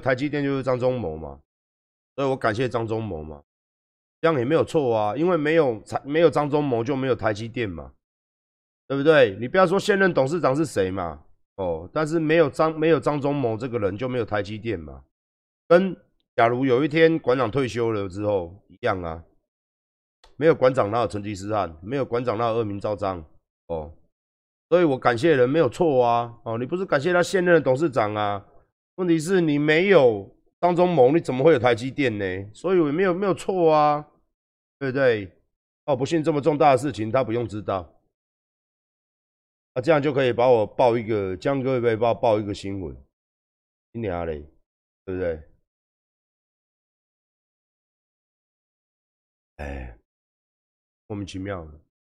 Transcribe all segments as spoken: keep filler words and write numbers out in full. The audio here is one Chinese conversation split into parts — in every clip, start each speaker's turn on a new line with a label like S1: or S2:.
S1: 台积电就是张忠谋嘛，所以我感谢张忠谋嘛，这样也没有错啊，因为没有没有张忠谋就没有台积电嘛，对不对？你不要说现任董事长是谁嘛，哦，但是没有张没有张忠谋这个人就没有台积电嘛，跟假如有一天馆长退休了之后一样啊，没有馆长哪有成吉思汗，没有馆长哪有恶名昭彰哦。所以我感谢人没有错啊，哦，你不是感谢他现任的董事长啊？问题是你没有张忠谋，你怎么会有台积电呢？所以我没有没有错啊，对不对？哦，不信这么重大的事情他不用知道，啊，这样就可以把我报一个，江哥可以把我报一个新闻，你娘嘞，对不对？哎，莫名其妙的。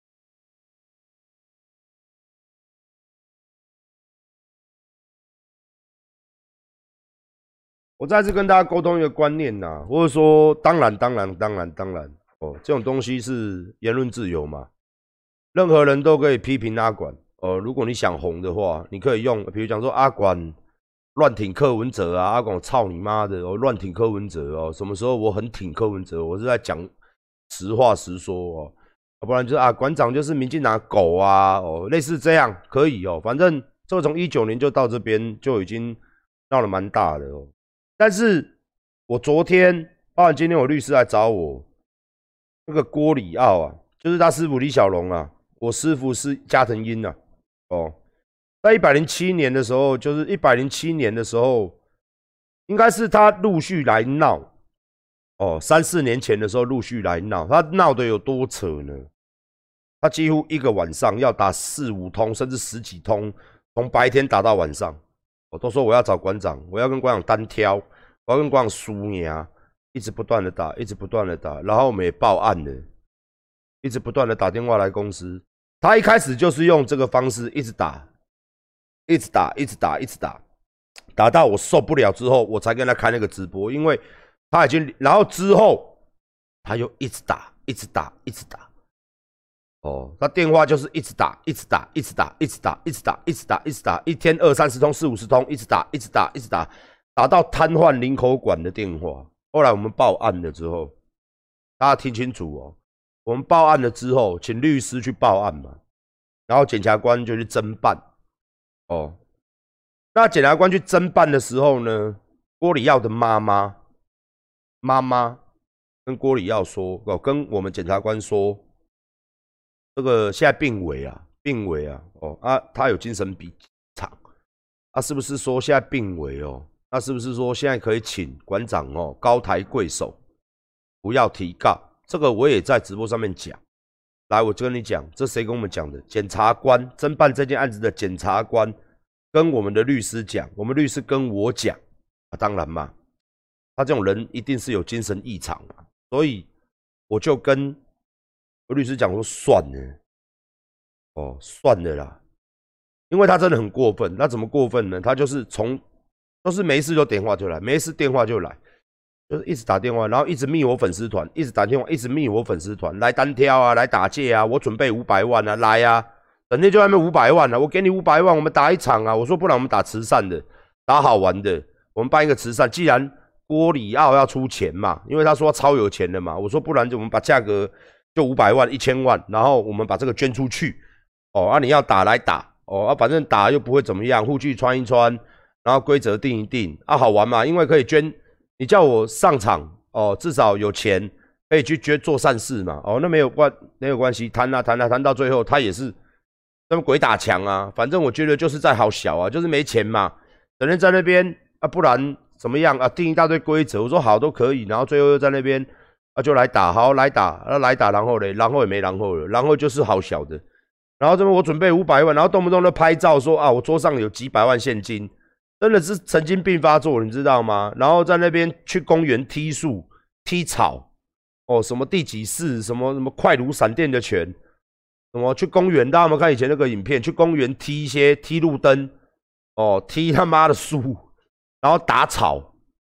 S1: 我再次跟大家沟通一个观念呐，或者说，当然，当然，当然，当然，哦，这种东西是言论自由嘛，任何人都可以批评阿管。哦，如果你想红的话，你可以用，比如讲说阿管乱挺柯文哲啊，阿管我操你妈的，哦，乱挺柯文哲哦，什么时候我很挺柯文哲，我是在讲实话实说哦，要不然就是啊，馆长就是民进党狗啊，哦，类似这样可以哦，反正这从一九年就到这边就已经闹得蛮大的哦。但是我昨天，包含今天我律师来找我，那个郭里奥啊，就是他师傅李小龙啊，我师傅是加藤鹰啊，哦，在一百零七年的时候，就是一百零七年的时候，应该是他陆续来闹，哦，三四年前的时候陆续来闹，他闹得有多扯呢？他几乎一个晚上要打四五通，甚至十几通，从白天打到晚上。我都说我要找馆长，我要跟馆长单挑，我要跟馆长输赢，一直不断的打，一直不断的打，然后我们也报案了，一直不断的打电话来公司。他一开始就是用这个方式一直打，一直打，一直打，一直打，打到我受不了之后，我才跟他开那个直播，因为他已经，然后之后他又一直打，一直打，一直打。哦，他电话就是一直打，一直打，一直打，一直打，一直打，一直打，一直打，一天二三十通、四五十通，一直打，一直打，一直打，打到瘫痪林口馆的电话。后来我们报案了之后，大家听清楚哦，我们报案了之后，请律师去报案嘛，然后检察官就去侦办。哦，那检察官去侦办的时候呢，郭里耀的妈妈，妈妈跟郭里耀说，哦，跟我们检察官说。这个现在病危啊，病危啊，哦啊，他有精神比场，啊，是不是说现在病危哦？那是不是说现在可以请馆长哦高抬贵手，不要提告？这个我也在直播上面讲。来，我就跟你讲，这谁跟我们讲的？检察官侦办这件案子的检察官跟我们的律师讲，我们律师跟我讲啊，当然嘛，他这种人一定是有精神异常嘛，所以我就跟。我律师讲说算了，哦，算了啦，因为他真的很过分。那怎么过分呢？他就是从都是没事就电话就来，没事电话就来，就是一直打电话，然后一直密我粉丝团，一直打电话，一直密我粉丝团，来单挑啊，来打架啊，我准备五百万啊，来啊，整天就在那边五百万啊，我给你五百万，我们打一场啊。我说不然我们打慈善的，打好玩的，我们办一个慈善。既然郭里奥要出钱嘛，因为他说他超有钱的嘛，我说不然就我们把价格。就五百万、一千万，然后我们把这个捐出去，哦，啊，你要打来打，哦，啊，反正打又不会怎么样，护具穿一穿，然后规则定一定，啊，好玩嘛，因为可以捐，你叫我上场，哦，至少有钱可以去捐做善事嘛，哦，那没有关没有关系，谈啊谈啊谈到最后，他也是那么鬼打墙啊，反正我觉得就是在好小啊，就是没钱嘛，整天在那边啊，不然怎么样啊，定一大堆规则，我说好都可以，然后最后又在那边。啊，就来打，好来打，啊来打，然后嘞，然后也没然后了，然后就是好小的，然后这边我准备五百万，然后动不动就拍照说啊，我桌上有几百万现金，真的是神经病发作，你知道吗？然后在那边去公园踢树、踢草，哦，什么第几式，什么什么快如闪电的拳，什么去公园，大家有没有看以前那个影片？去公园踢一些踢路灯，哦，踢他妈的树，然后打草，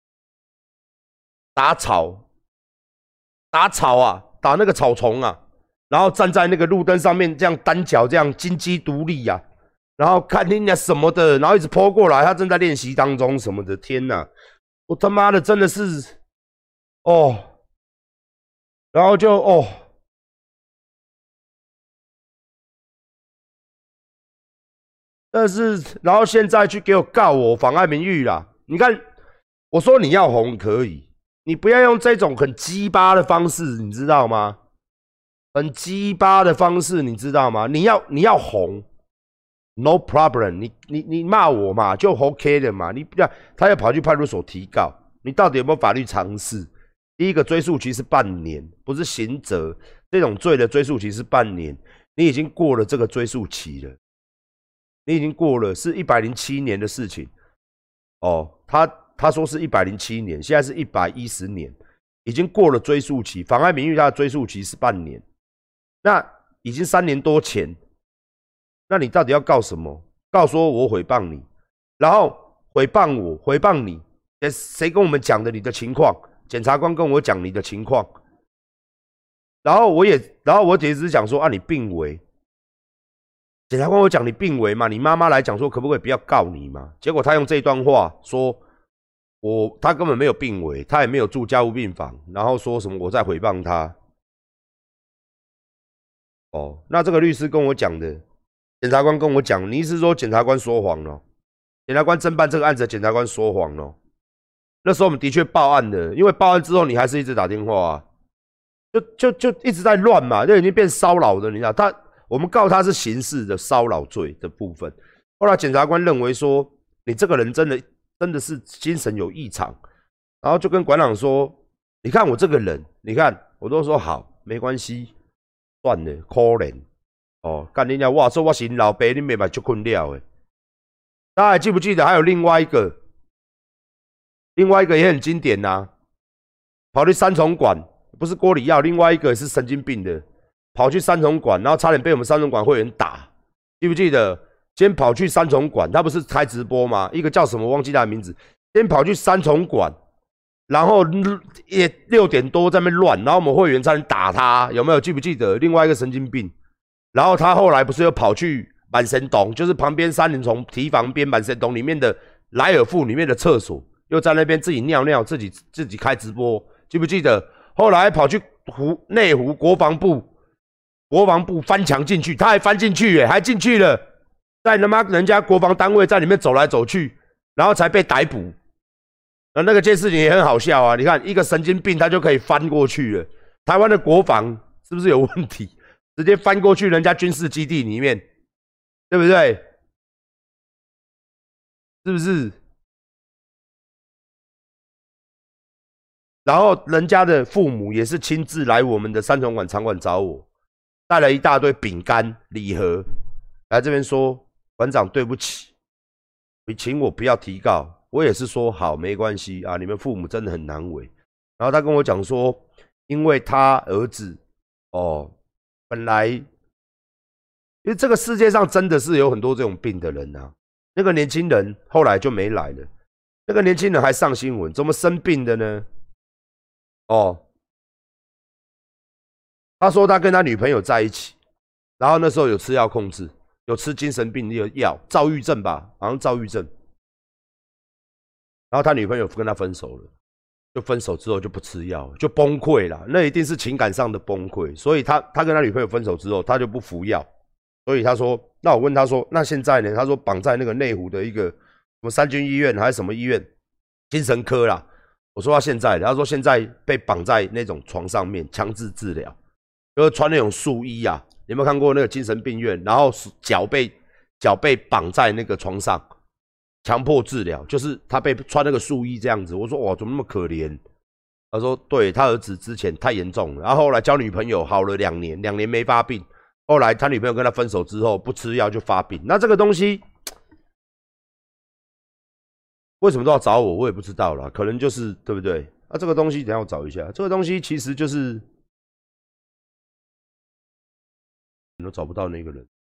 S1: 打草。打草啊，打那个草丛啊，然后站在那个路灯上面，这样单脚这样金鸡独立啊，然后看人家什么的，然后一直泼过来，他正在练习当中什么的，天哪！ 我他妈的真的是哦，然后就哦。但是，然后现在去给我告我妨碍名誉啦！你看，我说你要红可以，你不要用这种很鸡巴的方式，你知道吗？很鸡巴的方式，你知道吗？你要你要红 ，no problem 你。你你你骂我嘛，就 OK 的嘛。你不要他要跑去派出所提告，你到底有没有法律常识？第一个追诉期是半年，不是刑责。这种罪的追诉期是半年，你已经过了这个追诉期了。你已经过了，是一百零七年的事情哦。他他说是一百零七年，现在是一百一十年，已经过了追诉期。妨碍名誉他的追诉期是半年，那已经三年多前。那你到底要告什么？告说我诽谤你，然后诽谤我，诽谤你，谁跟我们讲的你的情况？检察官跟我讲你的情况，然后我也，然后我只是讲说啊，你病危。检察官我讲你病危嘛，你妈妈来讲说可不可以不要告你嘛？结果他用这段话说，我他根本没有病危，他也没有住家务病房，然后说什么我在诽谤他。哦，那这个律师跟我讲的，检察官跟我讲，你意思是说检察官说谎了？检察官侦办这个案子的检察官说谎了？那时候我们的确报案了，因为报案之后你还是一直打电话啊，就就就一直在乱嘛，就已经变骚扰的，你知道他。我们告他是刑事的骚扰罪的部分，后来检察官认为说你这个人真的真的是精神有异常，然后就跟馆长说，你看我这个人，你看我都说好，没关系，算了，可怜哦，干你娘！哇，说我是老爸，你没把就困了诶。大家还记不记得还有另外一个，另外一个也很经典呐、啊，跑去三重馆，不是郭里耀，另外一个是神经病的。跑去三重馆，然后差点被我们三重馆会员打，记不记得？今天跑去三重馆，他不是开直播吗？一个叫什么忘记他的名字。今天跑去三重馆，然后也六点多在那边乱，然后我们会员差点打他，有没有？记不记得？另外一个神经病，然后他后来不是又跑去满神洞，就是旁边三林丛堤防边满神洞里面的莱尔富里面的厕所，又在那边自己尿尿，自己自己开直播，记不记得？后来跑去湖内湖国防部。国防部翻墙进去，他还翻进去耶，还进去了，在他妈人家国防单位在里面走来走去，然后才被逮捕。那那个件事情也很好笑啊！你看一个神经病，他就可以翻过去了。台湾的国防是不是有问题？直接翻过去人家军事基地里面，对不对？是不是？然后人家的父母也是亲自来我们的三重馆场馆找我。带了一大堆饼干礼盒来这边说，馆长对不起，你请我不要提告。我也是说好，没关系啊，你们父母真的很难为。然后他跟我讲说，因为他儿子哦，本来因为这个世界上真的是有很多这种病的人啊。那个年轻人后来就没来了，那个年轻人还上新闻，怎么生病的呢？哦。他说他跟他女朋友在一起，然后那时候有吃药控制，有吃精神病的药，躁郁症吧，好像躁郁症。然后他女朋友跟他分手了，就分手之后就不吃药，就崩溃了。那一定是情感上的崩溃，所以他他跟他女朋友分手之后，他就不服药。所以他说，那我问他说，那现在呢？他说绑在那个内湖的一个什么三军医院还是什么医院，精神科啦。我说他现在，他说现在被绑在那种床上面强制治疗。就是穿那种素衣啊，有没有看过那个精神病院？然后脚被脚被绑在那个床上，强迫治疗，就是他被穿那个素衣这样子。我说哇，怎么那么可怜？他说对他儿子之前太严重了，然后后来交女朋友好了两年，两年没发病，后来他女朋友跟他分手之后不吃药就发病。那这个东西为什么都要找我？我也不知道啦，可能就是对不对？那、啊、这个东西等一下我找一下，这个东西其实就是。你都找不到那个人。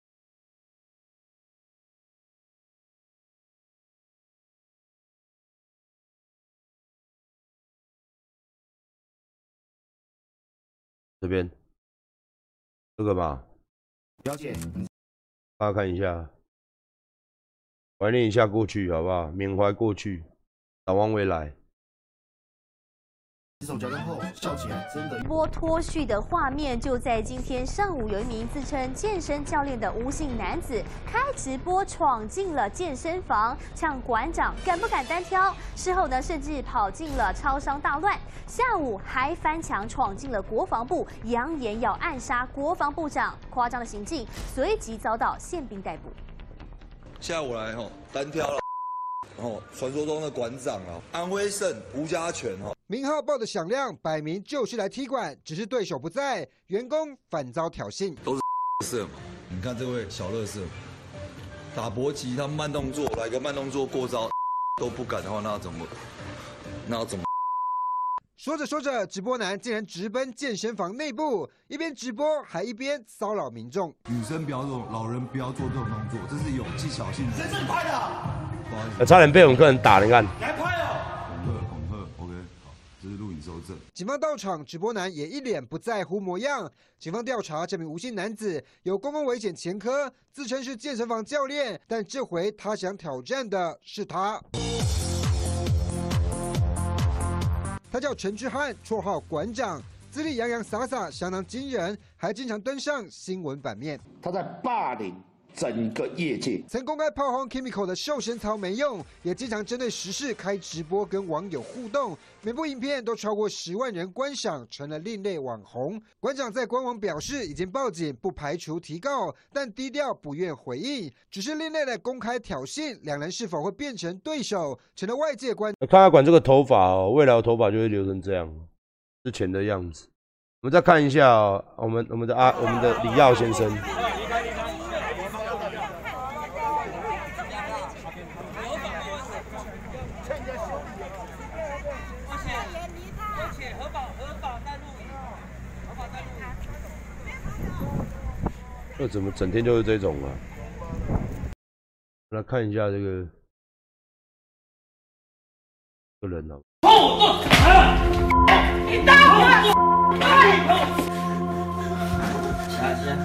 S1: 这边这个嘛，了解。大家看一下，怀念一下过去，好不好？缅怀过去，展望未来。
S2: 洗手矫正后笑起来真的。
S3: 波脱序的画面就在今天上午，有一名自称健身教练的吴姓男子开直播闯进了健身房，呛馆长敢不敢单挑。事后呢，甚至跑进了超商大乱。下午还翻墙闯进了国防部，扬言要暗杀国防部长，夸张的行径随即遭到宪兵逮捕。
S4: 下午来吼单挑了。 哦，传说中的馆长啊，安徽省吴家全哦，
S5: 名号报的响亮，摆明就是来踢馆，只是对手不在，员工反遭挑衅，
S4: 都是色嘛。你看这位小乐色，打搏击他慢动作，来个慢动作过招都不敢的话，那怎么？那怎么？
S5: 说着说着，直播男竟然直奔健身房内部，一边直播还一边骚扰民众。
S4: 女生不要做，老人不要做这种动作，这是有技巧性的。
S2: 谁是你拍的？
S1: 差点被我们客人打，你看。
S2: 你还拍哦？
S4: 恐吓恐吓 ，OK， 好，这是录影收证。
S5: 警方到场，直播男也一脸不在乎模样。警方调查，这名吴姓男子有公共危险前科，自称是健身房教练，但这回他想挑战的是他。 他叫陈志汉，绰号馆长，资历洋洋洒洒，相当惊人，还经常登上新闻版面。
S2: 他在霸凌整个业界，
S5: 曾公开炮轰 Chemical 的瘦身操没用，也经常针对时事开直播跟网友互动，每部影片都超过十万人观赏，成了另类网红。馆长在官网表示已经报警，不排除提告，但低调不愿回应，只是另类的公开挑衅，两人是否会变成对手，成了外界关。
S1: 看他管这个头发哦，未来的头发就会留成这样，之前的样子。我们再看一下哦，我们我们的阿我们的李耀先生。 这怎么整天就是这种啊？来看一下这个这个人哦。你打我！下线。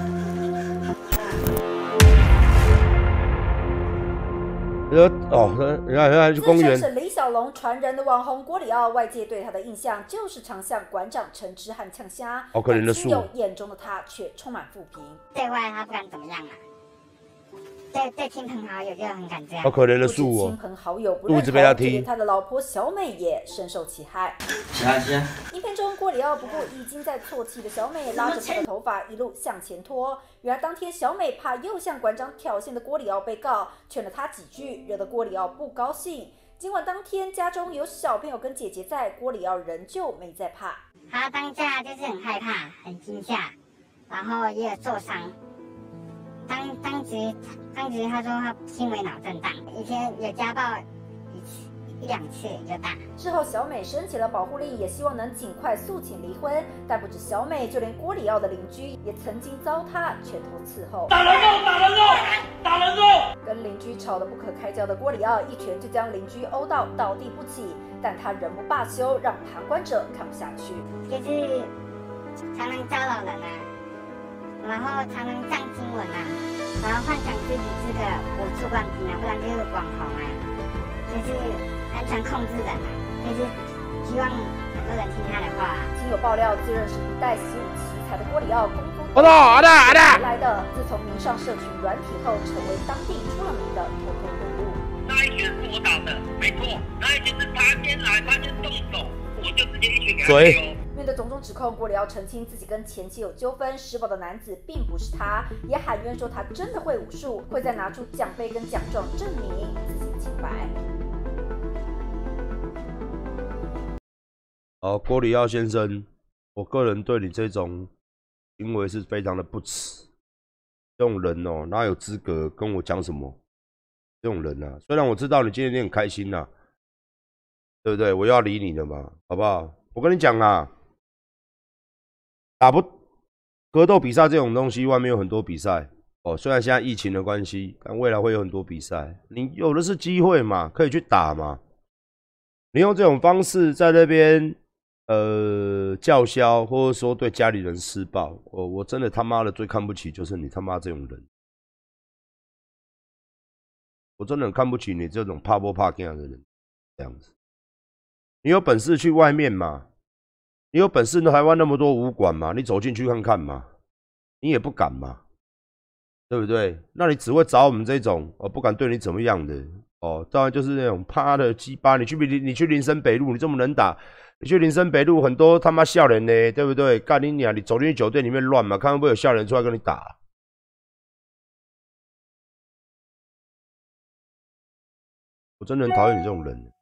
S1: 呃哦，人家人家去公园。
S6: 自称是李小龙传人的网红郭里奥，外界对他的印象就是常向馆长陈之汉呛虾，
S1: 好可怜的树。
S6: 亲友眼中的他却充满负评。
S7: 对外他不敢怎么样啊，对对亲朋好友就很敢这样。
S1: 好可怜的树哦。
S6: 亲朋好友不认同，连他的老婆小美也深受其害。影片中，郭里奥不顾已经在啜泣的小美，拉着她的头发一路向前拖。原来当天小美怕又向馆长挑衅的郭里奥被告，劝了他几句，惹得郭里奥不高兴。尽管当天家中有小朋友跟姐姐在，郭里奥仍旧没在怕。
S7: 他当下就是很害怕、很惊吓，然后也有受伤。当当时当时他说他轻微脑震荡，以前有家暴一次一两次就打。
S6: 事后小美申请了保护令，也希望能尽快诉请离婚。但不止小美，就连郭里奥的邻居也曾经遭他拳头伺候。
S8: 打人肉！打人肉！打人肉！
S6: 跟邻居吵得不可开交的郭里奥，一拳就将邻居殴到倒地不起，但他仍不罢休，让旁观者看不下去。
S7: 就是常常骚扰人啊，然后常常上新闻啊，然后幻想自己是个我出冠军啊，不然就是网红啊，就是很想控制人啊，就是希望很多人听他的话。
S6: 经有爆料，自认是一代习武奇才的郭里奥，功夫
S1: 阿大阿大阿大
S6: 来的。自从迷上社群软体后，成为当地出了名的偷偷混入。
S8: 那一拳是我打的，没错，那一拳是他先来，他先动手，我就直接一拳给他 K O。
S6: 面对种种指控，郭里奥澄清自己跟前妻有纠纷，施暴的男子并不是他，也喊冤说他真的会武术，会再拿出奖杯跟奖状证明自己的清白。
S1: 好，郭里奥先生，我个人对你这种行为是非常的不耻。这种人哦，哪有资格跟我讲什么？这种人啊，虽然我知道你今天你很开心呐、啊，对不对？我又要理你了嘛，好不好？我跟你讲啊，打不格斗比赛这种东西，外面有很多比赛哦。虽然现在疫情的关系，但未来会有很多比赛，你有的是机会嘛，可以去打嘛。你用这种方式在那边呃叫嚣，或者说对家里人施暴，我我真的他妈的最看不起就是你他妈这种人。我真的很看不起你这种怕不怕这样的人，这样子。你有本事去外面嘛， 你有本事，台湾那么多武馆嘛，你走进去看看嘛，你也不敢嘛，对不对？那你只会找我们这种哦，不敢对你怎么样的哦，当然就是那种啪的鸡巴，你去你去林森北路，你这么能打，你去林森北路很多他妈笑人呢，对不对？干你娘！你走进去酒店里面乱嘛，看会不会有笑人出来跟你打？我真的很讨厌你这种人。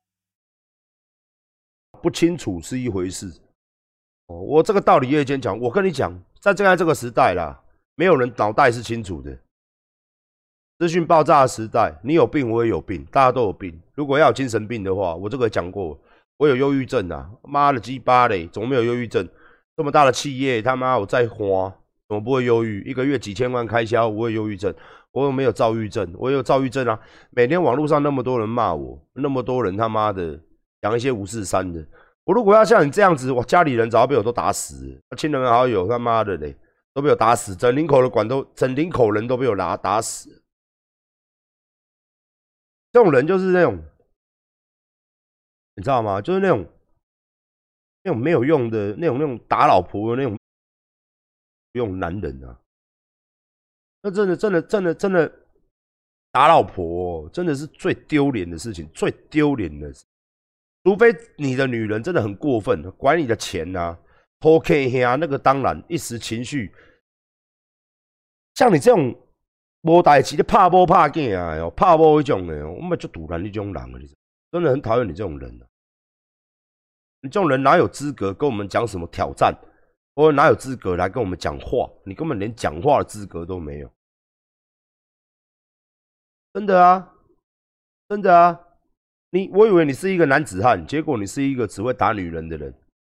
S1: 不清楚是一回事，哦，我这个道理夜间讲，我跟你讲，在现在这个时代啦，没有人脑袋是清楚的。资讯爆炸的时代，你有病我也有病，大家都有病。如果要有精神病的话，我这个讲过，我有忧郁症啊，妈的鸡巴嘞，怎么没有忧郁症？这么大的企业，他妈我在花，怎么不会忧郁？一个月几千万开销，我有忧郁症。我又没有躁郁症，我有躁郁症啊！每天网络上那么多人骂我，那么多人他妈的讲一些五四三的。我如果要像你这样子，我家里人早就被我都打死了，亲人好友他妈的嘞都被我打死，整林口的管都整林口人都被我打打死了。这种人就是那种，你知道吗？就是那种那种没有用的那种那种打老婆的那种那种男人啊。那真的真的真的真的打老婆、哦，真的是最丢脸的事情，最丢脸的事。除非你的女人真的很过分，管你的钱啊，偷 K 啊，那个当然一时情绪。像你这种无代志的怕波怕囝啊，哦，怕波那种的，我们就堵拦你这种人啊，真的很讨厌你这种人啊。你这种人哪有资格跟我们讲什么挑战？或哪有资格来跟我们讲话？你根本连讲话的资格都没有。真的啊，真的啊！你我以为你是一个男子汉，结果你是一个只会打女人的人。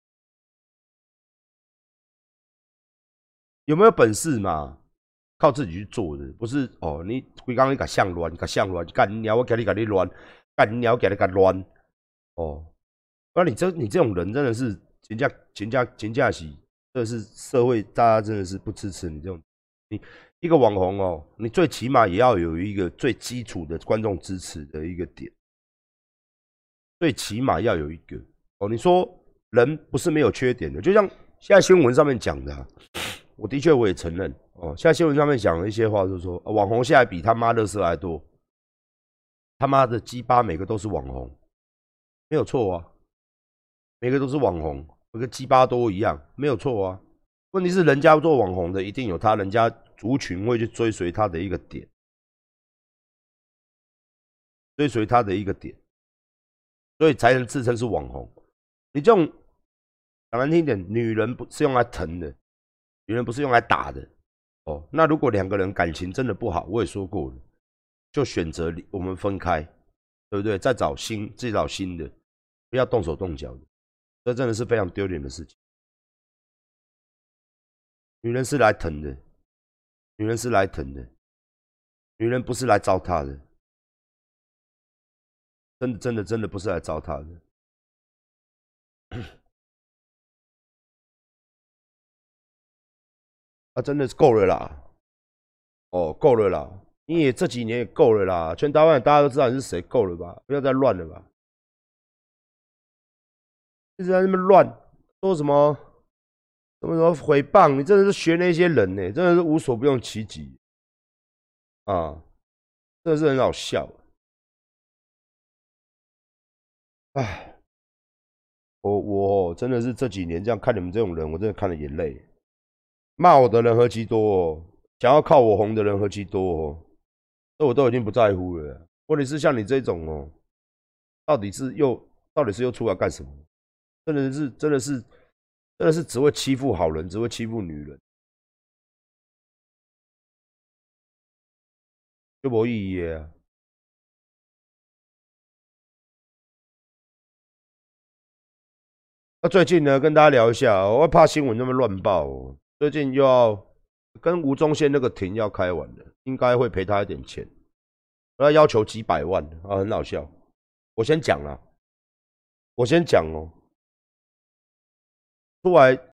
S1: 有没有本事嘛？靠自己去做的，不是哦。你规工你甲向乱，甲向乱，干你娘！我叫你甲你乱，干你娘！我叫你甲乱。哦，那你这你这种人真的是真正真正真正是。这是社会，大家真的是不支持你这种。你一个网红哦，你最起码也要有一个最基础的观众支持的一个点，最起码要有一个哦。你说人不是没有缺点的，就像现在新闻上面讲的、啊，我的确我也承认哦。现在新闻上面讲的一些话，就是说、啊、网红现在比他妈垃圾还多，他妈的鸡巴每个都是网红，没有错啊，每个都是网红。跟鸡巴多一样，没有错啊。问题是人家做网红的，一定有他人家族群会去追随他的一个点，追随他的一个点，所以才能自称是网红。你这种讲难听点，女人不是用来疼的，女人不是用来打的哦。那如果两个人感情真的不好，我也说过了，就选择我们分开，对不对？再找新，再找新的，不要动手动脚的。这真的是非常丢脸的事情。女人是来疼的，女人是来疼的，女人不是来糟蹋的，真的真的真的不是来糟蹋的。啊，真的是够了啦！哦，够了啦！你也这几年也够了啦，全台湾大家都知道你是谁，够了吧？不要再乱了吧！一直在那边乱说什么什么什么诽谤，你真的是学那些人呢、欸，真的是无所不用其极啊，真的是很好笑。唉，我我真的是这几年这样看你们这种人，我真的看了眼泪。骂我的人何其多哦，想要靠我红的人何其多哦，这我都已经不在乎了。问题是像你这种哦，到底是又到底是又出来干什么？真的是，真的是，真的是只会欺负好人，只会欺负女人，就没意义啊！那最近呢，跟大家聊一下，我怕新闻那么乱报、哦，最近又要跟吴宗宪那个庭要开完了，应该会赔他一点钱，他要求几百万啊，很好笑。我先讲啦，我先讲哦。出来